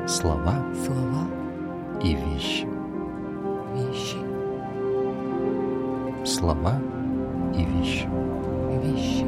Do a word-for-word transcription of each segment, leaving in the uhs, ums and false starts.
Слова слова и вещи. вещи, Слова и вещи. вещи.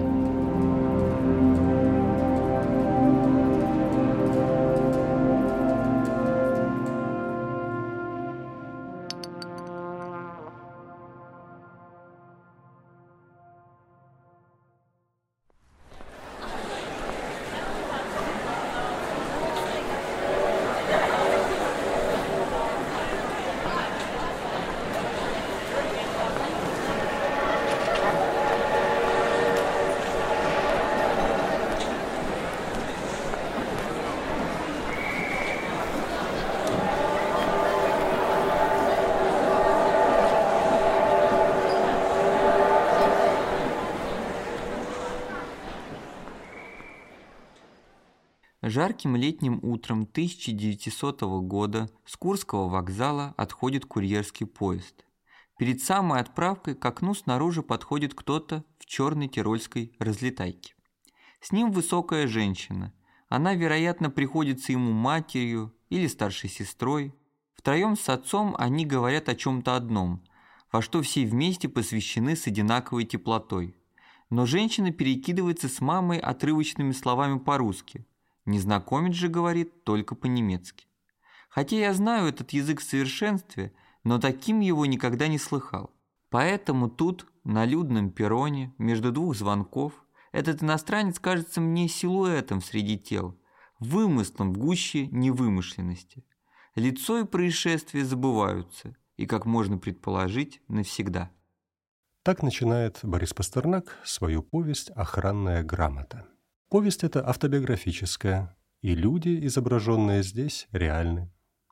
Жарким летним утром тысяча девятисотого года с Курского вокзала отходит курьерский поезд. Перед самой отправкой к окну снаружи подходит кто-то в черной тирольской разлетайке. С ним высокая женщина. Она, вероятно, приходится ему матерью или старшей сестрой. Втроем с отцом они говорят о чем-то одном, во что все вместе посвящены с одинаковой теплотой. Но женщина перекидывается с мамой отрывочными словами по-русски. Незнакомец же говорит только по-немецки. Хотя я знаю этот язык в совершенстве, но таким его никогда не слыхал. Поэтому тут, на людном перроне, между двух звонков, этот иностранец кажется мне силуэтом среди тел, вымыслом в гуще невымышленности. Лицо и происшествия забываются, и, как можно предположить, навсегда. Так начинает Борис Пастернак свою повесть «Охранная грамота». Повесть эта автобиографическая, и люди, изображенные здесь, реальны.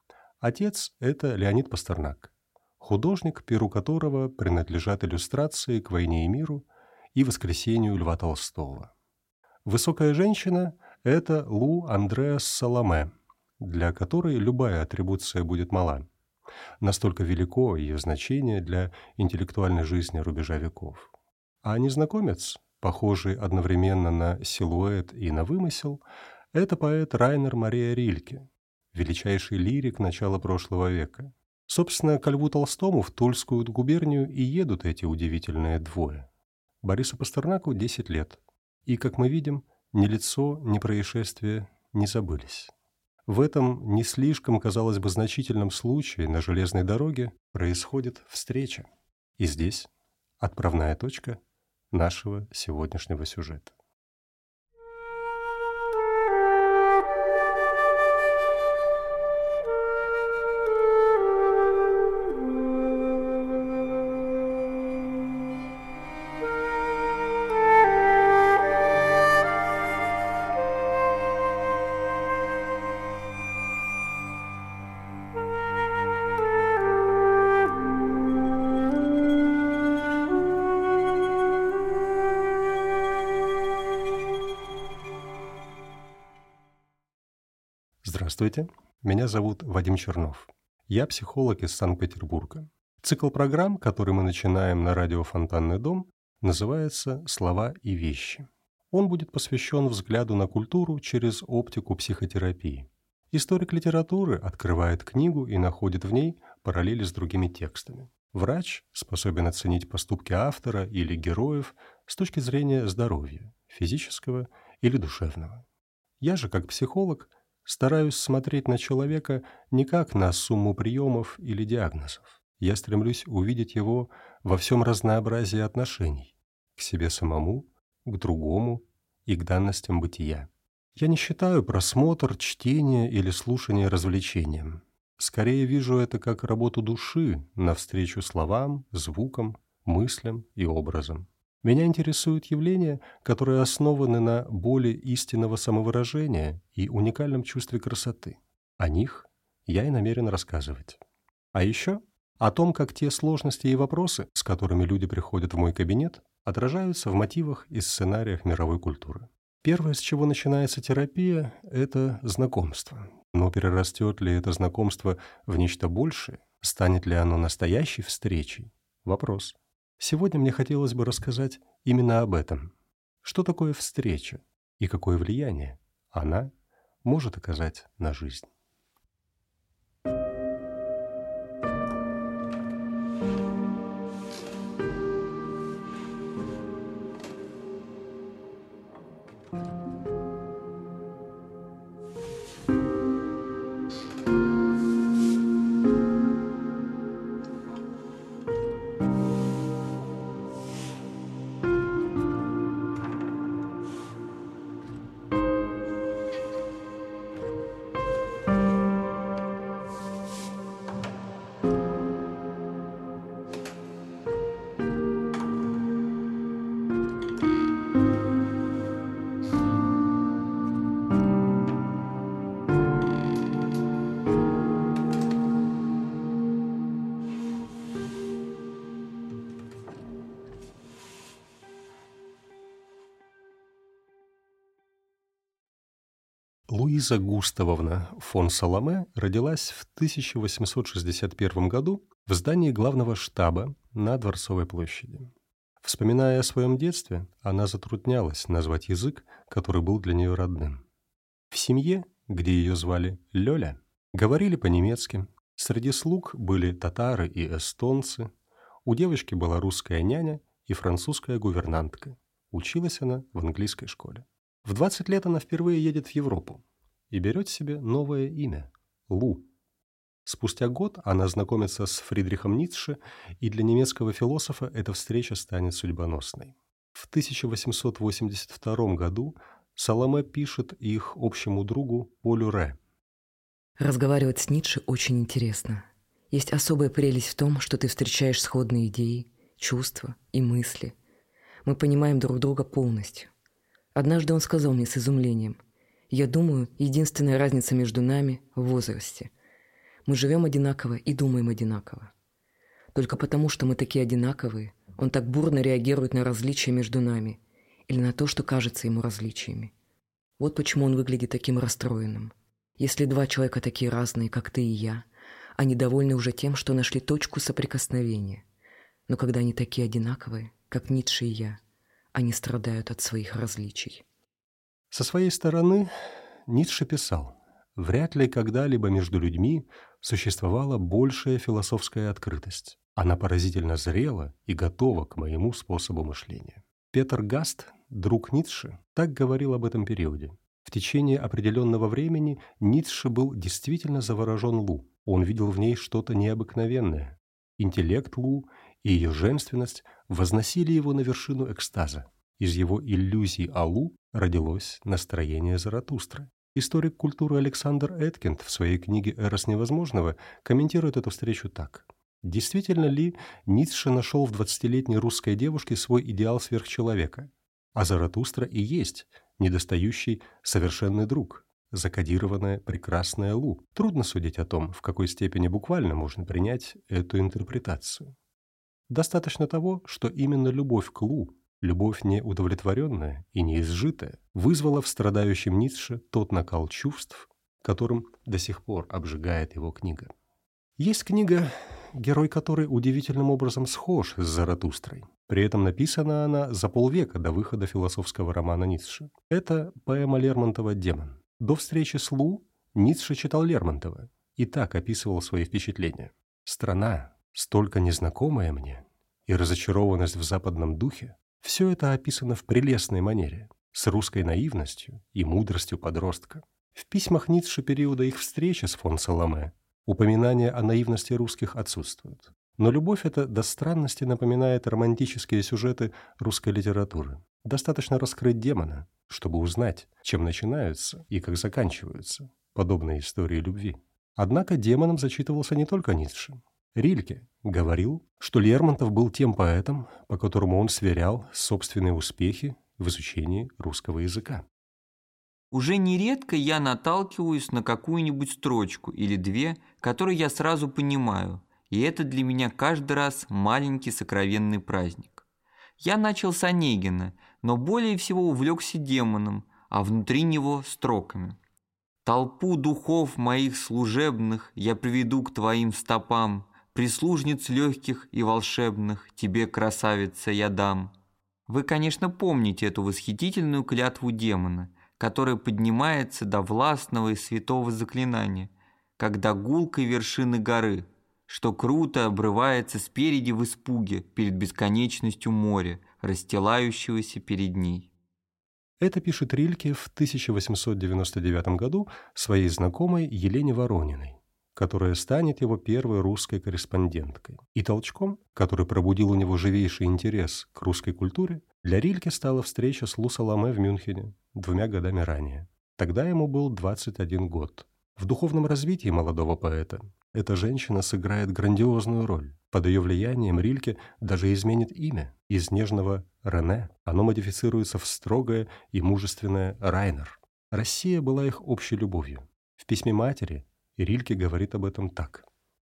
Отец – это Леонид Пастернак, художник, перу которого принадлежат иллюстрации к «Войне и миру» и «Воскресению» Льва Толстого. Высокая женщина – это Лу Андреас Саламе, для которой любая атрибуция будет мала. Настолько велико ее значение для интеллектуальной жизни рубежа веков. А незнакомец – похожий одновременно на силуэт и на вымысел, это поэт Райнер Мария Рильке, величайший лирик начала прошлого века. Собственно, к Льву Толстому в Тульскую губернию и едут эти удивительные двое. Борису Пастернаку десять лет, и, как мы видим, ни лицо, ни происшествие не забылись. В этом не слишком, казалось бы, значительном случае на железной дороге происходит встреча. И здесь отправная точка нашего сегодняшнего сюжета. Здравствуйте, меня зовут Вадим Чернов. Я психолог из Санкт-Петербурга. Цикл программ, который мы начинаем на радио «Фонтанный дом», называется «Слова и вещи». Он будет посвящен взгляду на культуру через оптику психотерапии. Историк литературы открывает книгу и находит в ней параллели с другими текстами. Врач способен оценить поступки автора или героев с точки зрения здоровья, физического или душевного. Я же, как психолог, стараюсь смотреть на человека не как на сумму приемов или диагнозов. Я стремлюсь увидеть его во всем разнообразии отношений к себе самому, к другому и к данностям бытия. Я не считаю просмотр, чтение или слушание развлечением. Скорее вижу это как работу души навстречу словам, звукам, мыслям и образам. Меня интересуют явления, которые основаны на боли истинного самовыражения и уникальном чувстве красоты. О них я и намерен рассказывать. А еще о том, как те сложности и вопросы, с которыми люди приходят в мой кабинет, отражаются в мотивах и сценариях мировой культуры. Первое, с чего начинается терапия, это знакомство. Но перерастет ли это знакомство в нечто большее? Станет ли оно настоящей встречей? Вопрос. Сегодня мне хотелось бы рассказать именно об этом. Что такое встреча и какое влияние она может оказать на жизнь? Луиза Густавовна фон Саломе родилась в тысяча восемьсот шестьдесят первом году в здании главного штаба на Дворцовой площади. Вспоминая о своем детстве, она затруднялась назвать язык, который был для нее родным. В семье, где ее звали Лёля, говорили по-немецки, среди слуг были татары и эстонцы, у девочки была русская няня и французская гувернантка. Училась она в английской школе. В двадцать лет она впервые едет в Европу и берет себе новое имя – Лу. Спустя год она знакомится с Фридрихом Ницше, и для немецкого философа эта встреча станет судьбоносной. В тысяча восемьсот восемьдесят втором году Саломе пишет их общему другу Полю Ре. Разговаривать с Ницше очень интересно. Есть особая прелесть в том, что ты встречаешь сходные идеи, чувства и мысли. Мы понимаем друг друга полностью. Однажды он сказал мне с изумлением: «Я думаю, единственная разница между нами в возрасте. Мы живем одинаково и думаем одинаково. Только потому, что мы такие одинаковые, он так бурно реагирует на различия между нами или на то, что кажется ему различиями. Вот почему он выглядит таким расстроенным. Если два человека такие разные, как ты и я, они довольны уже тем, что нашли точку соприкосновения. Но когда они такие одинаковые, как Ницше и я, они страдают от своих различий». Со своей стороны Ницше писал: «Вряд ли когда-либо между людьми существовала большая философская открытость. Она поразительно зрела и готова к моему способу мышления». Петер Гаст, друг Ницше, так говорил об этом периоде. В течение определенного времени Ницше был действительно заворожен Лу. Он видел в ней что-то необыкновенное. Интеллект Лу и ее женственность возносили его на вершину экстаза. Из его иллюзий о Лу родилось настроение Заратустры. Историк культуры Александр Эткинд в своей книге «Эрос невозможного» комментирует эту встречу так. Действительно ли Ницше нашел в двадцатилетней русской девушке свой идеал сверхчеловека? А Заратустра и есть недостающий совершенный друг, закодированная прекрасная Лу. Трудно судить о том, в какой степени буквально можно принять эту интерпретацию. Достаточно того, что именно любовь к Лу, любовь неудовлетворенная и неизжитая, вызвала в страдающем Ницше тот накал чувств, которым до сих пор обжигает его книга. Есть книга, герой которой удивительным образом схож с Заратустрой. При этом написана она за полвека до выхода философского романа Ницше. Это поэма Лермонтова «Демон». До встречи с Лу Ницше читал Лермонтова и так описывал свои впечатления. «Страна, столько незнакомая мне, и разочарованность в западном духе — все это описано в прелестной манере, с русской наивностью и мудростью подростка». В письмах Ницше периода их встречи с фон Саломе упоминания о наивности русских отсутствуют. Но любовь эта до странности напоминает романтические сюжеты русской литературы. Достаточно раскрыть демона, чтобы узнать, чем начинаются и как заканчиваются подобные истории любви. Однако демоном зачитывался не только Ницше. Рильке говорил, что Лермонтов был тем поэтом, по которому он сверял собственные успехи в изучении русского языка. Уже нередко я наталкиваюсь на какую-нибудь строчку или две, которые я сразу понимаю, и это для меня каждый раз маленький сокровенный праздник. Я начал с Онегина, но более всего увлекся демоном, а внутри него строками. «Толпу духов моих служебных я приведу к твоим стопам, прислужниц легких и волшебных тебе, красавица, я дам». Вы, конечно, помните эту восхитительную клятву демона, которая поднимается до властного и святого заклинания, как до гулкой вершины горы, что круто обрывается спереди в испуге перед бесконечностью моря, расстилающегося перед ней. Это пишет Рильке в тысяча восемьсот девяносто девятом году своей знакомой Елене Ворониной, которая станет его первой русской корреспонденткой. И толчком, который пробудил у него живейший интерес к русской культуре, для Рильке стала встреча с Лу Саломе в Мюнхене двумя годами ранее. Тогда ему был двадцать один год. В духовном развитии молодого поэта эта женщина сыграет грандиозную роль. Под ее влиянием Рильке даже изменит имя. Из нежного Рене оно модифицируется в строгое и мужественное Райнер. Россия была их общей любовью. В письме матери Рильке говорит об этом так.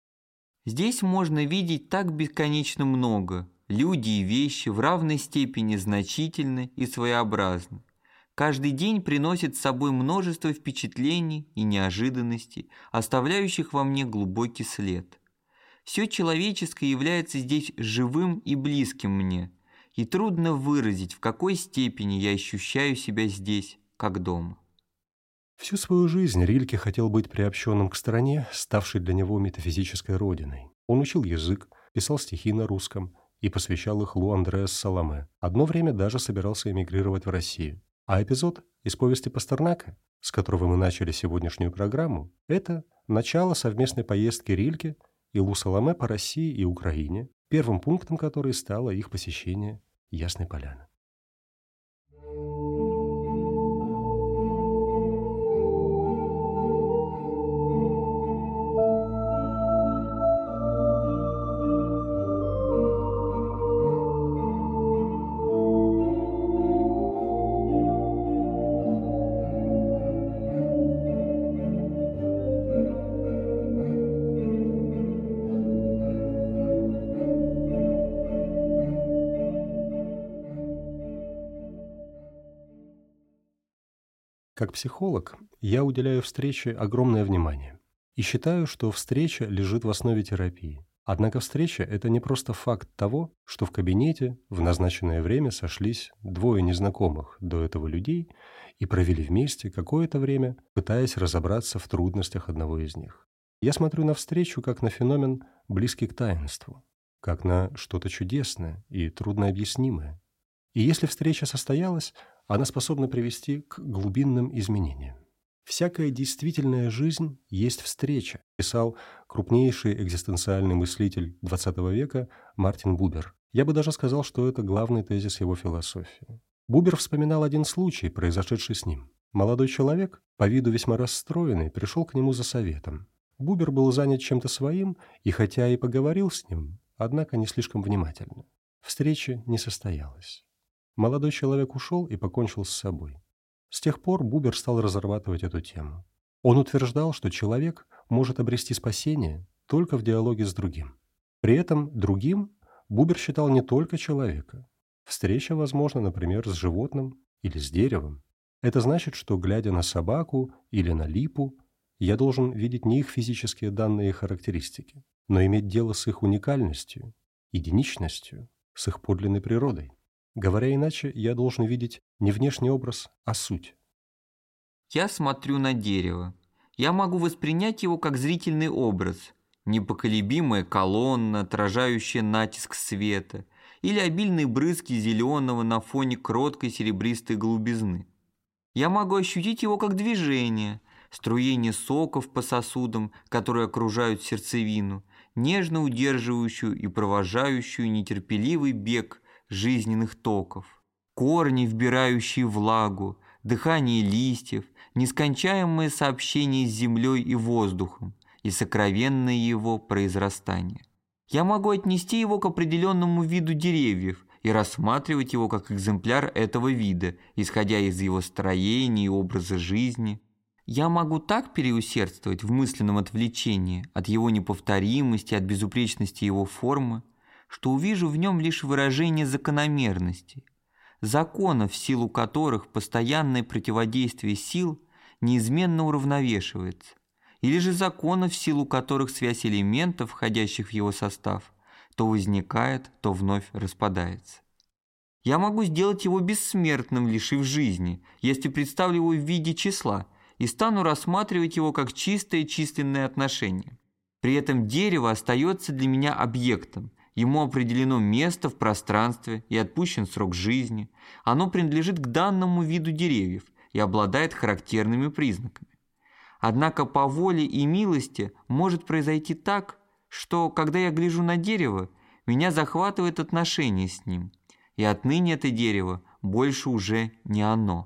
Здесь можно видеть так бесконечно много. Люди и вещи в равной степени значительны и своеобразны. Каждый день приносит с собой множество впечатлений и неожиданностей, оставляющих во мне глубокий след. Все человеческое является здесь живым и близким мне, и трудно выразить, в какой степени я ощущаю себя здесь, как дома. Всю свою жизнь Рильке хотел быть приобщенным к стране, ставшей для него метафизической родиной. Он учил язык, писал стихи на русском и посвящал их Лу Андреас Саламе. Одно время даже собирался эмигрировать в Россию. А эпизод из повести Пастернака, с которого мы начали сегодняшнюю программу, это начало совместной поездки Рильке и Лу Саламе по России и Украине, первым пунктом которой стало их посещение Ясной Поляны. Как психолог, я уделяю встрече огромное внимание и считаю, что встреча лежит в основе терапии. Однако встреча – это не просто факт того, что в кабинете в назначенное время сошлись двое незнакомых до этого людей и провели вместе какое-то время, пытаясь разобраться в трудностях одного из них. Я смотрю на встречу как на феномен, близкий к таинству, как на что-то чудесное и труднообъяснимое. И если встреча состоялась, она способна привести к глубинным изменениям. «Всякая действительная жизнь есть встреча», писал крупнейший экзистенциальный мыслитель двадцатого века Мартин Бубер. Я бы даже сказал, что это главный тезис его философии. Бубер вспоминал один случай, произошедший с ним. Молодой человек, по виду весьма расстроенный, пришел к нему за советом. Бубер был занят чем-то своим, и хотя и поговорил с ним, однако не слишком внимательно. Встреча не состоялась. Молодой человек ушел и покончил с собой. С тех пор Бубер стал разрабатывать эту тему. Он утверждал, что человек может обрести спасение только в диалоге с другим. При этом другим Бубер считал не только человека. Встреча возможна, например, с животным или с деревом. Это значит, что, глядя на собаку или на липу, я должен видеть не их физические данные и характеристики, но иметь дело с их уникальностью, единичностью, с их подлинной природой. Говоря иначе, я должен видеть не внешний образ, а суть. Я смотрю на дерево. Я могу воспринять его как зрительный образ, непоколебимая колонна, отражающая натиск света, или обильные брызги зеленого на фоне кроткой серебристой голубизны. Я могу ощутить его как движение, струение соков по сосудам, которые окружают сердцевину, нежно удерживающую и провожающую нетерпеливый бег жизненных токов, корни, вбирающие влагу, дыхание листьев, нескончаемое сообщение с землей и воздухом и сокровенное его произрастание. Я могу отнести его к определенному виду деревьев и рассматривать его как экземпляр этого вида, исходя из его строения и образа жизни. Я могу так переусердствовать в мысленном отвлечении от его неповторимости, от безупречности его формы, что увижу в нем лишь выражение закономерностей, законов, в силу которых постоянное противодействие сил неизменно уравновешивается, или же законов, в силу которых связь элементов, входящих в его состав, то возникает, то вновь распадается. Я могу сделать его бессмертным, лишив жизни, если представлю его в виде числа, и стану рассматривать его как чистое численное отношение. При этом дерево остается для меня объектом, ему определено место в пространстве и отпущен срок жизни, оно принадлежит к данному виду деревьев и обладает характерными признаками. Однако по воле и милости может произойти так, что, когда я гляжу на дерево, меня захватывает отношение с ним, и отныне это дерево больше уже не оно.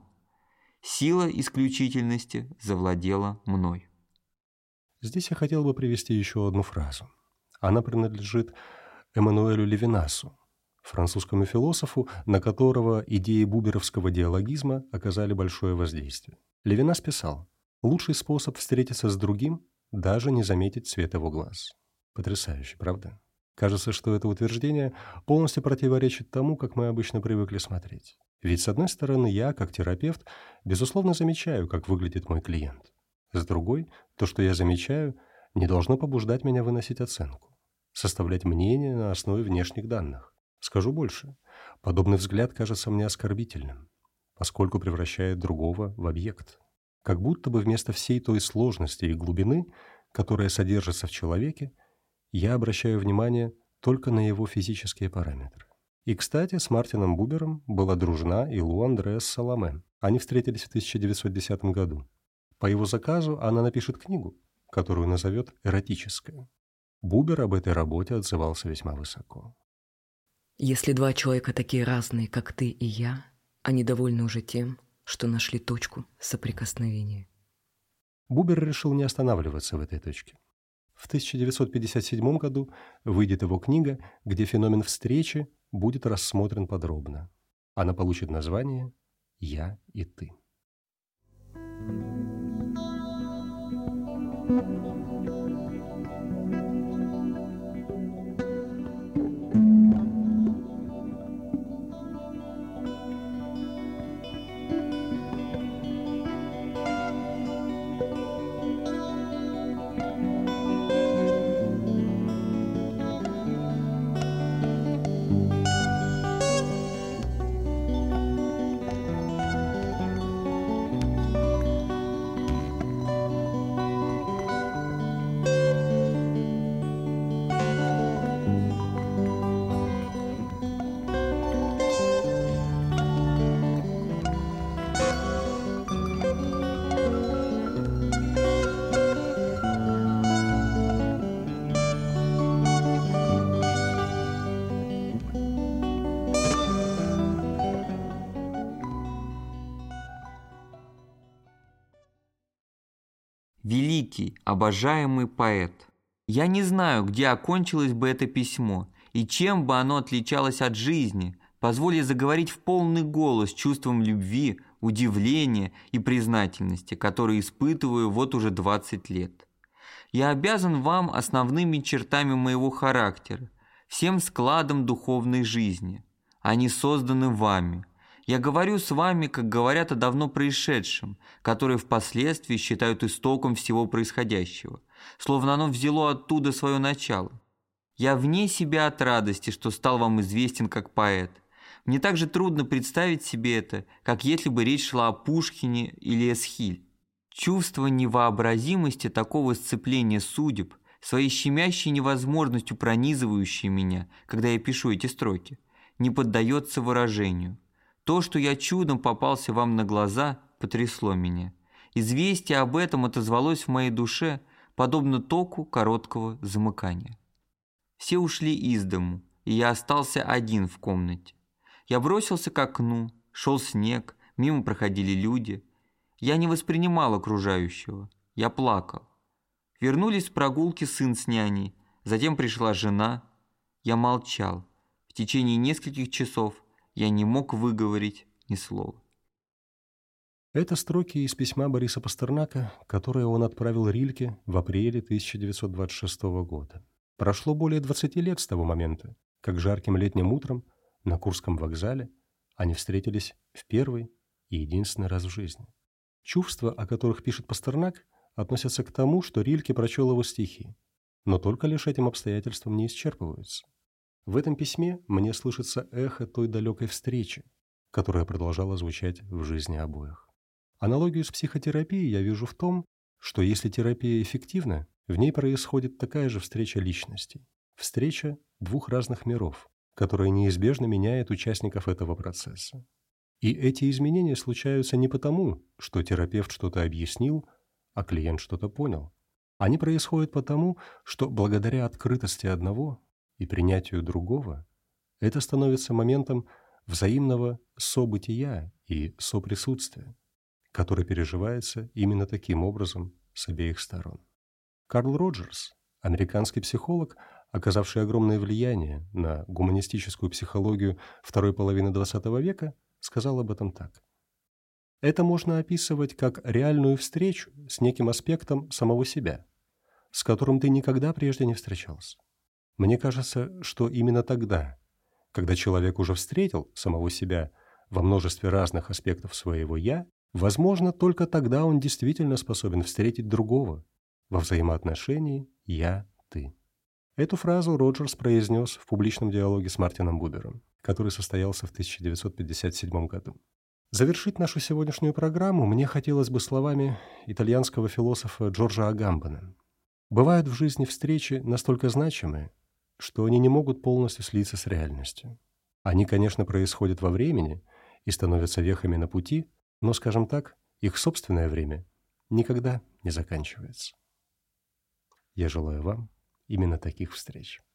Сила исключительности завладела мной. Здесь я хотел бы привести еще одну фразу. Она принадлежит Эммануэлю Левинасу, французскому философу, на которого идеи буберовского диалогизма оказали большое воздействие. Левинас писал: «Лучший способ встретиться с другим – даже не заметить цвет его глаз». Потрясающе, правда? Кажется, что это утверждение полностью противоречит тому, как мы обычно привыкли смотреть. Ведь, с одной стороны, я, как терапевт, безусловно замечаю, как выглядит мой клиент. С другой, то, что я замечаю, не должно побуждать меня выносить оценку, составлять мнение на основе внешних данных. Скажу больше, подобный взгляд кажется мне оскорбительным, поскольку превращает другого в объект. Как будто бы вместо всей той сложности и глубины, которая содержится в человеке, я обращаю внимание только на его физические параметры. И, кстати, с Мартином Бубером была дружна и Лу Андреас Саламе. Они встретились в тысяча девятьсот десятом году. По его заказу она напишет книгу, которую назовет «Эротическая». Бубер об этой работе отзывался весьма высоко. Если два человека такие разные, как ты и я, они довольны уже тем, что нашли точку соприкосновения. Бубер решил не останавливаться в этой точке. В тысяча девятьсот пятьдесят седьмом году выйдет его книга, где феномен встречи будет рассмотрен подробно. Она получит название «Я и ты». Великий, обожаемый поэт, я не знаю, где окончилось бы это письмо и чем бы оно отличалось от жизни, позволь заговорить в полный голос чувством любви, удивления и признательности, которые испытываю вот уже двадцать лет. Я обязан вам основными чертами моего характера, всем складом духовной жизни. Они созданы вами. Я говорю с вами, как говорят о давно происшедшем, которое впоследствии считают истоком всего происходящего, словно оно взяло оттуда свое начало. Я вне себя от радости, что стал вам известен как поэт. Мне также трудно представить себе это, как если бы речь шла о Пушкине или Эсхиль. Чувство невообразимости такого сцепления судеб, своей щемящей невозможностью пронизывающей меня, когда я пишу эти строки, не поддается выражению. То, что я чудом попался вам на глаза, потрясло меня. Известие об этом отозвалось в моей душе, подобно току короткого замыкания. Все ушли из дому, и я остался один в комнате. Я бросился к окну, шел снег, мимо проходили люди. Я не воспринимал окружающего, я плакал. Вернулись с прогулки сын с няней, затем пришла жена. Я молчал. В течение нескольких часов я не мог выговорить ни слова. Это строки из письма Бориса Пастернака, которое он отправил Рильке в апреле тысяча девятьсот двадцать шестого года. Прошло более двадцати лет с того момента, как жарким летним утром на Курском вокзале они встретились в первый и единственный раз в жизни. Чувства, о которых пишет Пастернак, относятся к тому, что Рильке прочел его стихи, но только лишь этим обстоятельством не исчерпываются. В этом письме мне слышится эхо той далекой встречи, которая продолжала звучать в жизни обоих. Аналогию с психотерапией я вижу в том, что если терапия эффективна, в ней происходит такая же встреча личностей, встреча двух разных миров, которая неизбежно меняет участников этого процесса. И эти изменения случаются не потому, что терапевт что-то объяснил, а клиент что-то понял. Они происходят потому, что благодаря открытости одного и принятию другого, это становится моментом взаимного события и соприсутствия, который переживается именно таким образом с обеих сторон. Карл Роджерс, американский психолог, оказавший огромное влияние на гуманистическую психологию второй половины двадцатого века, сказал об этом так. Это можно описывать как реальную встречу с неким аспектом самого себя, с которым ты никогда прежде не встречался. Мне кажется, что именно тогда, когда человек уже встретил самого себя во множестве разных аспектов своего «я», возможно, только тогда он действительно способен встретить другого во взаимоотношении «я-ты». Эту фразу Роджерс произнес в публичном диалоге с Мартином Бубером, который состоялся в тысяча девятьсот пятьдесят седьмом году. Завершить нашу сегодняшнюю программу мне хотелось бы словами итальянского философа Джорджа Агамбена. Бывают в жизни встречи настолько значимые, что они не могут полностью слиться с реальностью. Они, конечно, происходят во времени и становятся вехами на пути, но, скажем так, их собственное время никогда не заканчивается. Я желаю вам именно таких встреч.